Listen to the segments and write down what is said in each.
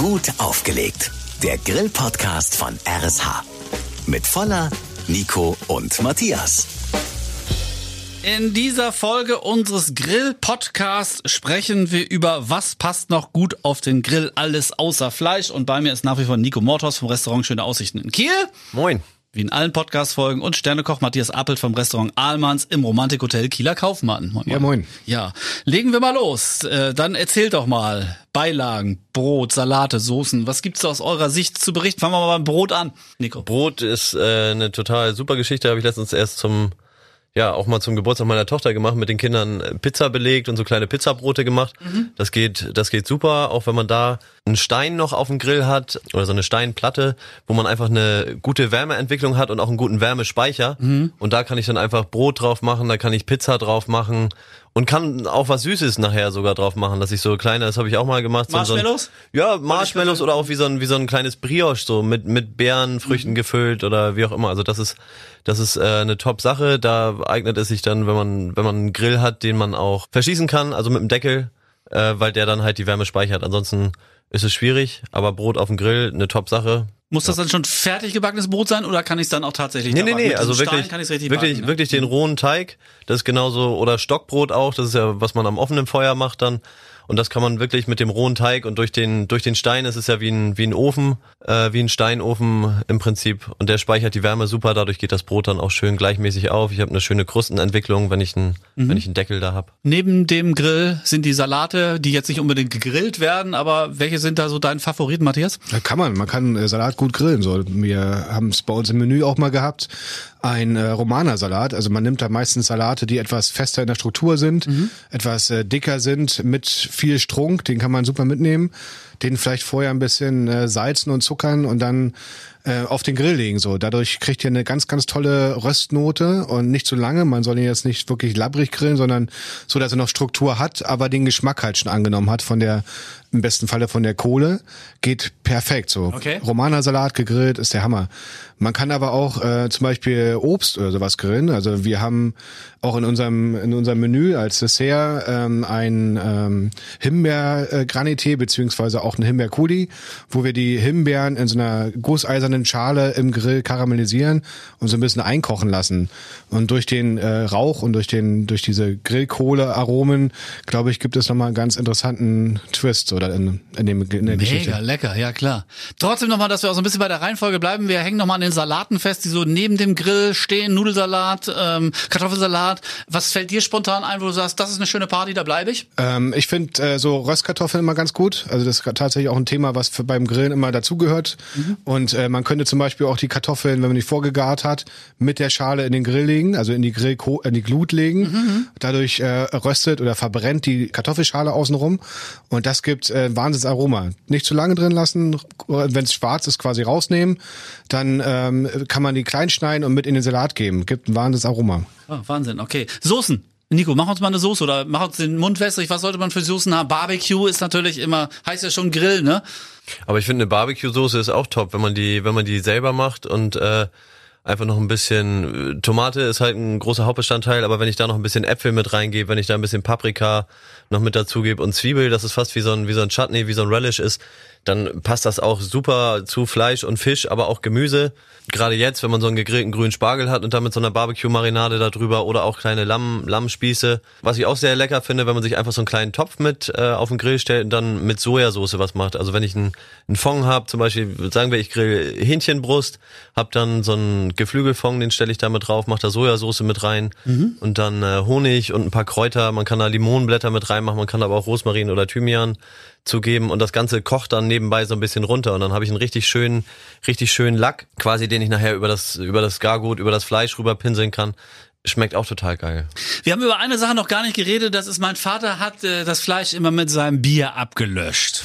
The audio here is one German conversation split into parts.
Gut aufgelegt. Der Grill-Podcast von RSH. Mit Voller, Nico und Matthias. In dieser Folge unseres Grill-Podcasts sprechen wir über, was passt noch gut auf den Grill, alles außer Fleisch. Und bei mir ist nach wie vor Nico Mortos vom Restaurant Schöne Aussichten in Kiel. Moin. Wie in allen Podcast-Folgen. Und Sternekoch Matthias Appelt vom Restaurant Ahlmanns im Romantikhotel Kieler Kaufmann. Moin, moin. Ja, moin. Ja, legen wir mal los. Dann erzählt doch mal Beilagen, Brot, Salate, Soßen. Was gibt's da aus eurer Sicht zu berichten? Fangen wir mal beim Brot an, Nico. Brot ist eine total super Geschichte. Habe ich letztens erst auch mal zum Geburtstag meiner Tochter gemacht, mit den Kindern Pizza belegt und so kleine Pizzabrote gemacht. Das geht super, auch wenn man da einen Stein noch auf dem Grill hat oder so eine Steinplatte, wo man einfach eine gute Wärmeentwicklung hat und auch einen guten Wärmespeicher. Und da kann ich dann einfach Brot drauf machen, da kann ich Pizza drauf machen und kann auch was Süßes nachher sogar drauf machen, dass ich so kleine, das habe ich auch mal gemacht. Marshmallows? Marshmallows oder auch wie so ein kleines Brioche, so mit Beerenfrüchten gefüllt oder wie auch immer. Also das ist eine Top-Sache. Da eignet es sich dann, wenn man einen Grill hat, den man auch verschließen kann, also mit dem Deckel, weil der dann halt die Wärme speichert. Ansonsten ist es schwierig, aber Brot auf dem Grill, eine Top-Sache. Muss das dann schon fertig gebackenes Brot sein oder kann ich es dann auch tatsächlich Nee, also wirklich den rohen Teig, das ist genauso, oder Stockbrot auch, das ist ja, was man am offenen Feuer macht dann. Und das kann man wirklich mit dem rohen Teig und durch den Stein, es ist ja wie ein Ofen, wie ein Steinofen im Prinzip. Und der speichert die Wärme super, dadurch geht das Brot dann auch schön gleichmäßig auf. Ich habe eine schöne Krustenentwicklung, wenn ich einen Deckel da habe. Neben dem Grill sind die Salate, die jetzt nicht unbedingt gegrillt werden, aber welche sind da so dein Favorit, Matthias? Man kann Salat gut grillen. So, wir haben es bei uns im Menü auch mal gehabt. Ein Romana-Salat, also man nimmt da meistens Salate, die etwas fester in der Struktur sind, etwas dicker sind, mit viel Strunk, den kann man super mitnehmen, den vielleicht vorher ein bisschen salzen und zuckern und dann auf den Grill legen. So, dadurch kriegt ihr eine ganz, ganz tolle Röstnote und nicht zu lange. Man soll ihn jetzt nicht wirklich labbrig grillen, sondern so, dass er noch Struktur hat, aber den Geschmack halt schon angenommen hat im besten Falle von der Kohle. Geht perfekt so. Okay. Romana-Salat gegrillt ist der Hammer. Man kann aber auch zum Beispiel Obst oder sowas grillen. Also wir haben auch in unserem Menü als Dessert ein Himbeer-Granité beziehungsweise auch ein Himbeer-Coulis, wo wir die Himbeeren in so einer gusseisernen Schale im Grill karamellisieren und so ein bisschen einkochen lassen. Und durch den Rauch und durch diese Grillkohle-Aromen, glaube ich, gibt es nochmal einen ganz interessanten Twist oder in der Geschichte. Mega lecker, ja klar. Trotzdem nochmal, dass wir auch so ein bisschen bei der Reihenfolge bleiben. Wir hängen nochmal an den Salaten fest, die so neben dem Grill stehen. Nudelsalat, Kartoffelsalat. Was fällt dir spontan ein, wo du sagst, das ist eine schöne Party, da bleibe ich? Ich finde so Röstkartoffeln immer ganz gut. Also das ist tatsächlich auch ein Thema, was beim Grillen immer dazugehört. Und man könnte zum Beispiel auch die Kartoffeln, wenn man die vorgegart hat, mit der Schale in den Grill legen, also in die Glut legen. Dadurch röstet oder verbrennt die Kartoffelschale außenrum. Und das gibt Wahnsinnsaroma. Nicht zu lange drin lassen, wenn es schwarz ist, quasi rausnehmen. Dann kann man die klein schneiden und mit in den Salat geben. Gibt ein Wahnsinnsaroma. Oh, Wahnsinn, okay. Soßen. Nico, mach uns mal eine Soße oder mach uns den Mund wässrig. Was sollte man für Soßen haben? Barbecue ist natürlich immer, heißt ja schon Grill, ne? Aber ich finde, eine Barbecue-Soße ist auch top, wenn man die selber macht und einfach noch ein bisschen, Tomate ist halt ein großer Hauptbestandteil, aber wenn ich da noch ein bisschen Äpfel mit reingebe, wenn ich da ein bisschen Paprika noch mit dazu gebe und Zwiebel, das ist fast wie so ein Chutney, wie so ein Relish ist, dann passt das auch super zu Fleisch und Fisch, aber auch Gemüse. Gerade jetzt, wenn man so einen gegrillten grünen Spargel hat und dann mit so einer Barbecue-Marinade da drüber oder auch kleine Lammspieße. Was ich auch sehr lecker finde, wenn man sich einfach so einen kleinen Topf mit auf den Grill stellt und dann mit Sojasauce was macht. Also wenn ich einen Fond habe, zum Beispiel, sagen wir, ich grill Hähnchenbrust, hab dann so einen Geflügelfond, den stelle ich da mit drauf, mach da Sojasauce mit rein und dann Honig und ein paar Kräuter. Man kann da Limonenblätter mit reinmachen, man kann aber auch Rosmarin oder Thymian zugeben und das Ganze kocht dann nebenbei so ein bisschen runter und dann habe ich einen richtig schönen Lack, quasi den ich nachher über das Gargut, über das Fleisch rüber pinseln kann. Schmeckt auch total geil. Wir haben über eine Sache noch gar nicht geredet, das ist, mein Vater hat das Fleisch immer mit seinem Bier abgelöscht.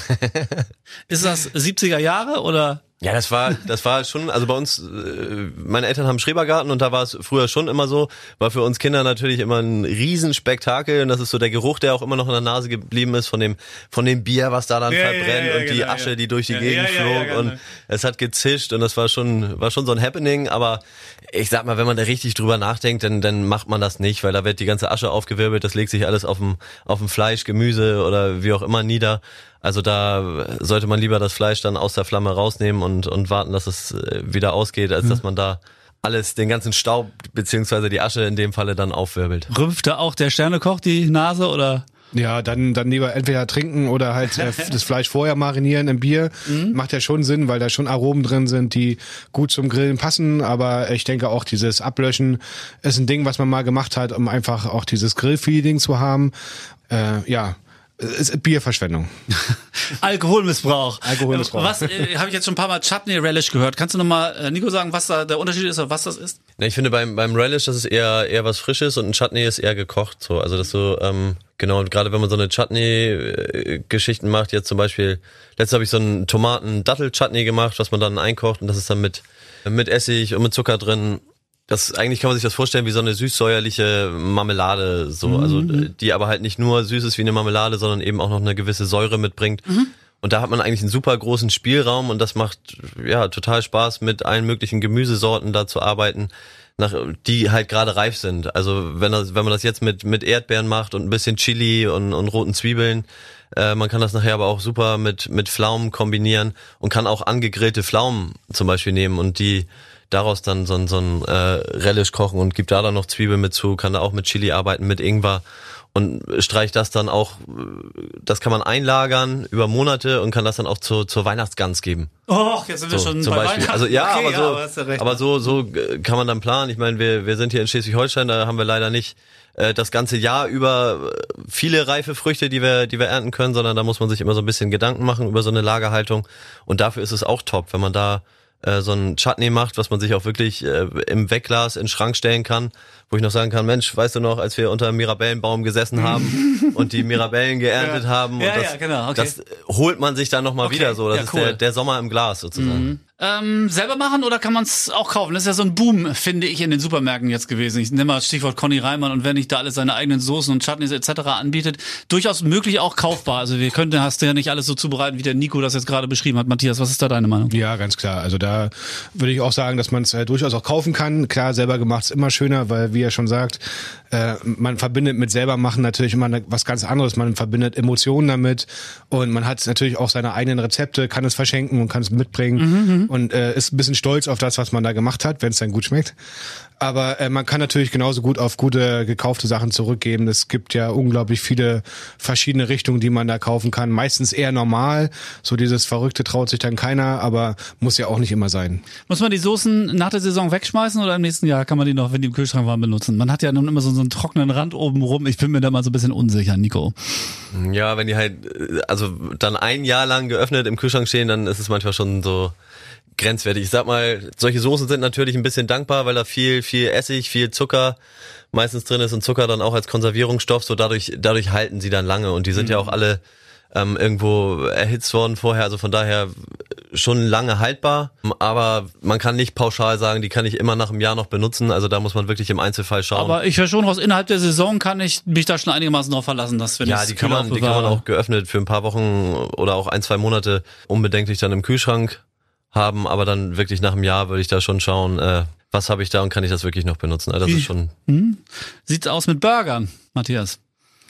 Ist das 70er Jahre oder? Ja, das war schon, also bei uns, meine Eltern haben einen Schrebergarten und da war es früher schon immer so, war für uns Kinder natürlich immer ein Riesenspektakel und das ist so der Geruch, der auch immer noch in der Nase geblieben ist von dem Bier, was da dann verbrennt und die Asche, die durch die Gegend flog und es hat gezischt und das war schon so ein Happening, aber ich sag mal, wenn man da richtig drüber nachdenkt, dann macht man das nicht, weil da wird die ganze Asche aufgewirbelt, das legt sich alles auf dem Fleisch, Gemüse oder wie auch immer nieder. Also da sollte man lieber das Fleisch dann aus der Flamme rausnehmen und warten, dass es wieder ausgeht, als dass man da alles, den ganzen Staub beziehungsweise die Asche in dem Falle dann aufwirbelt. Rümpft da auch der Sternekoch die Nase oder? Ja, dann lieber entweder trinken oder halt das Fleisch vorher marinieren im Bier. Macht ja schon Sinn, weil da schon Aromen drin sind, die gut zum Grillen passen. Aber ich denke auch, dieses Ablöschen ist ein Ding, was man mal gemacht hat, um einfach auch dieses Grillfeeling zu haben. Ist Bierverschwendung. Alkoholmissbrauch. Was habe ich jetzt schon ein paar Mal Chutney Relish gehört. Kannst du nochmal, Nico, sagen, was da der Unterschied ist oder was das ist? Ja, ich finde beim Relish, das ist eher was Frisches und ein Chutney ist eher gekocht. So. Also das so, genau, und gerade wenn man so eine Chutney-Geschichten macht, jetzt zum Beispiel, letztens habe ich so einen Tomaten-Dattel-Chutney gemacht, was man dann einkocht und das ist dann mit Essig und mit Zucker drin. Eigentlich kann man sich das vorstellen wie so eine süß-säuerliche Marmelade, so, also die aber halt nicht nur süß ist wie eine Marmelade, sondern eben auch noch eine gewisse Säure mitbringt. Und da hat man eigentlich einen super großen Spielraum und das macht ja total Spaß, mit allen möglichen Gemüsesorten da zu arbeiten, die halt gerade reif sind. Also wenn man das jetzt mit Erdbeeren macht und ein bisschen Chili und roten Zwiebeln, man kann das nachher aber auch super mit Pflaumen kombinieren und kann auch angegrillte Pflaumen zum Beispiel nehmen und die daraus dann so ein Relish kochen und gibt da dann noch Zwiebeln mit zu, kann da auch mit Chili arbeiten, mit Ingwer und streicht das dann auch, das kann man einlagern über Monate und kann das dann auch zur Weihnachtsgans geben. Oh, jetzt sind wir schon zum bei Beispiel. Weihnachten. Also ja, okay, aber so kann man dann planen. Ich meine, wir sind hier in Schleswig-Holstein, da haben wir leider nicht das ganze Jahr über viele reife Früchte, die wir ernten können, sondern da muss man sich immer so ein bisschen Gedanken machen über so eine Lagerhaltung und dafür ist es auch top, wenn man da so ein Chutney macht, was man sich auch wirklich im Wegglas in den Schrank stellen kann, wo ich noch sagen kann, Mensch, weißt du noch, als wir unter einem Mirabellenbaum gesessen haben und die Mirabellen geerntet haben und das holt man sich dann nochmal wieder so. Das ist der Sommer im Glas sozusagen. Selber machen oder kann man es auch kaufen? Das ist ja so ein Boom, finde ich, in den Supermärkten jetzt gewesen. Ich nehme mal Stichwort Conny Reimann und wenn nicht da alles seine eigenen Soßen und Chutneys etc. anbietet, durchaus möglich auch kaufbar. Also hast du ja nicht alles so zubereiten, wie der Nico das jetzt gerade beschrieben hat. Matthias, was ist da deine Meinung? Ja, ganz klar. Also da würde ich auch sagen, dass man es durchaus auch kaufen kann. Klar, selber gemacht ist immer schöner, weil wie er schon sagt, man verbindet mit selber machen natürlich immer was ganz anderes. Man verbindet Emotionen damit und man hat natürlich auch seine eigenen Rezepte, kann es verschenken und kann es mitbringen und ist ein bisschen stolz auf das, was man da gemacht hat, wenn es dann gut schmeckt. Aber man kann natürlich genauso gut auf gute gekaufte Sachen zurückgeben. Es gibt ja unglaublich viele verschiedene Richtungen, die man da kaufen kann. Meistens eher normal. So dieses Verrückte traut sich dann keiner, aber muss ja auch nicht immer sein. Muss man die Soßen nach der Saison wegschmeißen oder im nächsten Jahr kann man die noch, wenn die im Kühlschrank waren, benutzen? Man hat ja nun immer so einen trockenen Rand oben rum. Ich bin mir da mal so ein bisschen unsicher, Nico. Ja, wenn die halt, also dann ein Jahr lang geöffnet im Kühlschrank stehen, dann ist es manchmal schon so grenzwertig. Ich sag mal, solche Soßen sind natürlich ein bisschen dankbar, weil da viel Essig, viel Zucker meistens drin ist und Zucker dann auch als Konservierungsstoff, so dadurch halten sie dann lange und die sind ja auch alle irgendwo erhitzt worden vorher, also von daher schon lange haltbar, aber man kann nicht pauschal sagen, die kann ich immer nach einem Jahr noch benutzen, also da muss man wirklich im Einzelfall schauen. Aber ich höre schon raus, innerhalb der Saison kann ich mich da schon einigermaßen drauf verlassen, dass wenn die kann man auch geöffnet für ein paar Wochen oder auch 1-2 Monate unbedenklich dann im Kühlschrank haben, aber dann wirklich nach einem Jahr würde ich da schon schauen, was habe ich da und kann ich das wirklich noch benutzen. Also das ist schon. Sieht's aus mit Burgern, Matthias?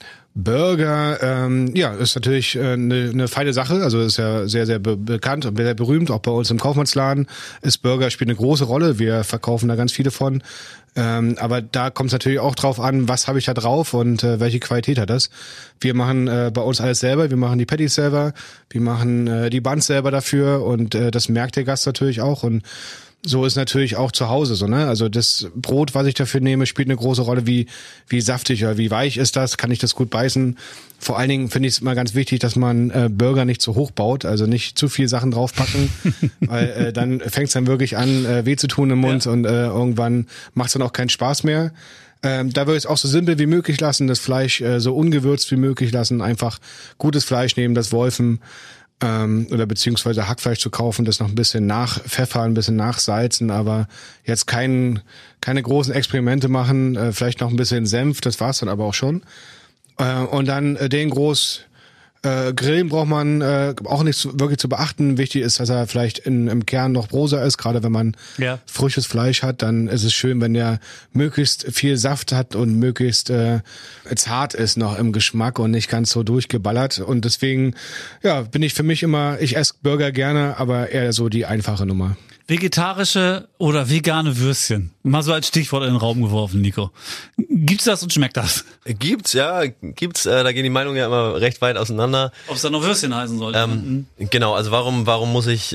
Burger, ist natürlich eine feine Sache, also ist ja sehr, sehr bekannt und sehr berühmt, auch bei uns im Kaufmannsladen ist Burger, spielt eine große Rolle, wir verkaufen da ganz viele von, aber da kommt es natürlich auch drauf an, was habe ich da drauf und welche Qualität hat das. Wir machen bei uns alles selber, wir machen die Patties selber, wir machen die Buns selber dafür und das merkt der Gast natürlich auch und so ist natürlich auch zu Hause so, ne? Also das Brot, was ich dafür nehme, spielt eine große Rolle, wie saftig oder wie weich ist das, kann ich das gut beißen. Vor allen Dingen finde ich es immer ganz wichtig, dass man Burger nicht zu hoch baut, also nicht zu viel Sachen draufpacken, weil dann fängt es dann wirklich an, weh zu tun im Mund und irgendwann macht es dann auch keinen Spaß mehr. Da würde ich es auch so simpel wie möglich lassen, das Fleisch so ungewürzt wie möglich lassen, einfach gutes Fleisch nehmen, das Wolfen, oder beziehungsweise Hackfleisch zu kaufen, das noch ein bisschen nachpfeffern, ein bisschen nachsalzen, aber jetzt keine großen Experimente machen, vielleicht noch ein bisschen Senf, das war's dann aber auch schon. Und dann den groß Grillen braucht man auch nicht wirklich zu beachten. Wichtig ist, dass er vielleicht im Kern noch rosa ist. Gerade wenn man frisches Fleisch hat, dann ist es schön, wenn der möglichst viel Saft hat und möglichst zart ist noch im Geschmack und nicht ganz so durchgeballert. Und deswegen bin ich für mich immer, ich esse Burger gerne, aber eher so die einfache Nummer. Vegetarische oder vegane Würstchen. Mal so als Stichwort in den Raum geworfen, Nico. Gibt's das und schmeckt das? Gibt's. Da gehen die Meinungen ja immer recht weit auseinander. Ob es da noch Würstchen heißen sollte. Genau, also warum muss ich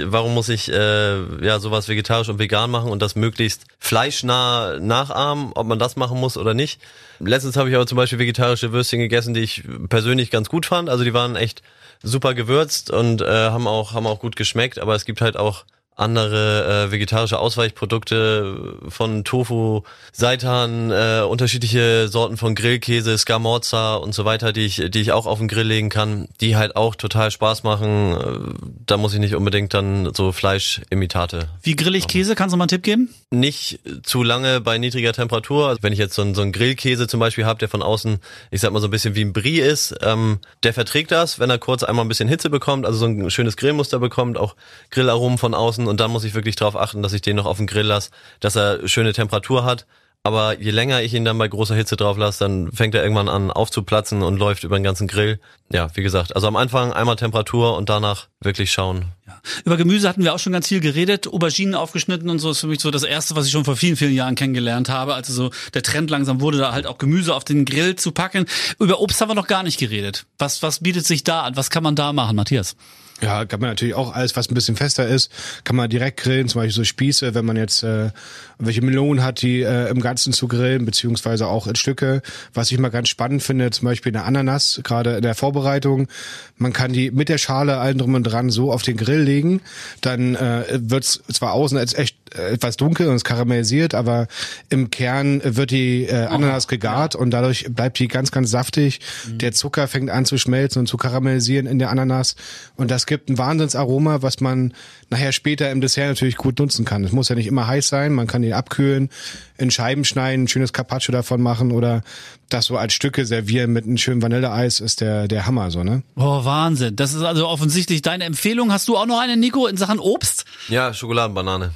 sowas vegetarisch und vegan machen und das möglichst fleischnah nachahmen, ob man das machen muss oder nicht. Letztens habe ich aber zum Beispiel vegetarische Würstchen gegessen, die ich persönlich ganz gut fand. Also die waren echt super gewürzt und haben auch gut geschmeckt, aber es gibt halt auch andere vegetarische Ausweichprodukte von Tofu, Seitan, unterschiedliche Sorten von Grillkäse, Scamorza und so weiter, die ich auch auf den Grill legen kann, die halt auch total Spaß machen. Da muss ich nicht unbedingt dann so Fleischimitate. Wie grill ich Käse? Kannst du mal einen Tipp geben? Nicht zu lange bei niedriger Temperatur. Also wenn ich jetzt so einen Grillkäse zum Beispiel habe, der von außen, ich sag mal so ein bisschen wie ein Brie ist, der verträgt das, wenn er kurz einmal ein bisschen Hitze bekommt, also so ein schönes Grillmuster bekommt, auch Grillaromen von außen. Und dann muss ich wirklich darauf achten, dass ich den noch auf den Grill lasse, dass er schöne Temperatur hat. Aber je länger ich ihn dann bei großer Hitze drauf lasse, dann fängt er irgendwann an aufzuplatzen und läuft über den ganzen Grill. Ja, wie gesagt, also am Anfang einmal Temperatur und danach wirklich schauen. Ja. Über Gemüse hatten wir auch schon ganz viel geredet. Auberginen aufgeschnitten und so ist für mich so das Erste, was ich schon vor vielen, vielen Jahren kennengelernt habe. Also so der Trend langsam wurde, da halt auch Gemüse auf den Grill zu packen. Über Obst haben wir noch gar nicht geredet. Was bietet sich da an? Was kann man da machen, Matthias? Ja, kann man natürlich auch alles, was ein bisschen fester ist, kann man direkt grillen, zum Beispiel so Spieße, wenn man jetzt welche Melonen hat, die im Ganzen zu grillen, beziehungsweise auch in Stücke. Was ich mal ganz spannend finde, zum Beispiel eine Ananas, gerade in der Vorbereitung. Man kann die mit der Schale allen drum und dran so auf den Grill legen, dann wird's zwar außen als echt etwas dunkel und es karamellisiert, aber im Kern wird die Ananas gegart und dadurch bleibt die ganz, ganz saftig. Der Zucker fängt an zu schmelzen und zu karamellisieren in der Ananas und das gibt ein Wahnsinnsaroma, was man nachher später im Dessert natürlich gut nutzen kann. Es muss ja nicht immer heiß sein, man kann ihn abkühlen, in Scheiben schneiden, ein schönes Carpaccio davon machen oder das so als Stücke servieren mit einem schönen Vanilleeis ist der Hammer so, ne? Oh, Wahnsinn. Das ist also offensichtlich deine Empfehlung. Hast du auch noch eine, Nico, in Sachen Obst? Ja, Schokoladenbanane.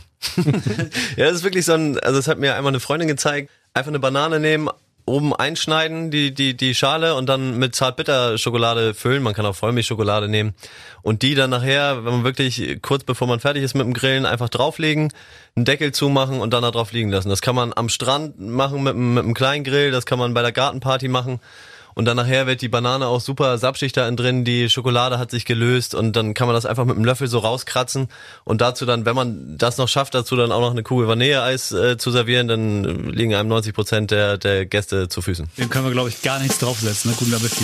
Ja, das ist wirklich so also es hat mir einmal eine Freundin gezeigt, einfach eine Banane nehmen, oben einschneiden, die Schale und dann mit Zartbitterschokolade füllen. Man kann auch Vollmilchschokolade nehmen und die dann nachher, wenn man wirklich kurz bevor man fertig ist mit dem Grillen, einfach drauflegen, einen Deckel zumachen und dann da drauf liegen lassen. Das kann man am Strand machen mit einem kleinen Grill, das kann man bei der Gartenparty machen. Und dann nachher wird die Banane auch super sapschig da drin, die Schokolade hat sich gelöst und dann kann man das einfach mit einem Löffel so rauskratzen und dazu dann, wenn man das noch schafft, dazu dann auch noch eine Kugel Vanilleeis zu servieren, dann liegen einem 90% der Gäste zu Füßen. Dem können wir, glaube ich, gar nichts draufsetzen. Ne? Guten Appetit.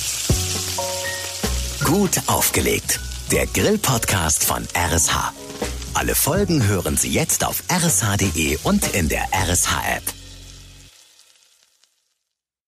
Gut aufgelegt. Der Grill-Podcast von RSH. Alle Folgen hören Sie jetzt auf rsh.de und in der RSH-App.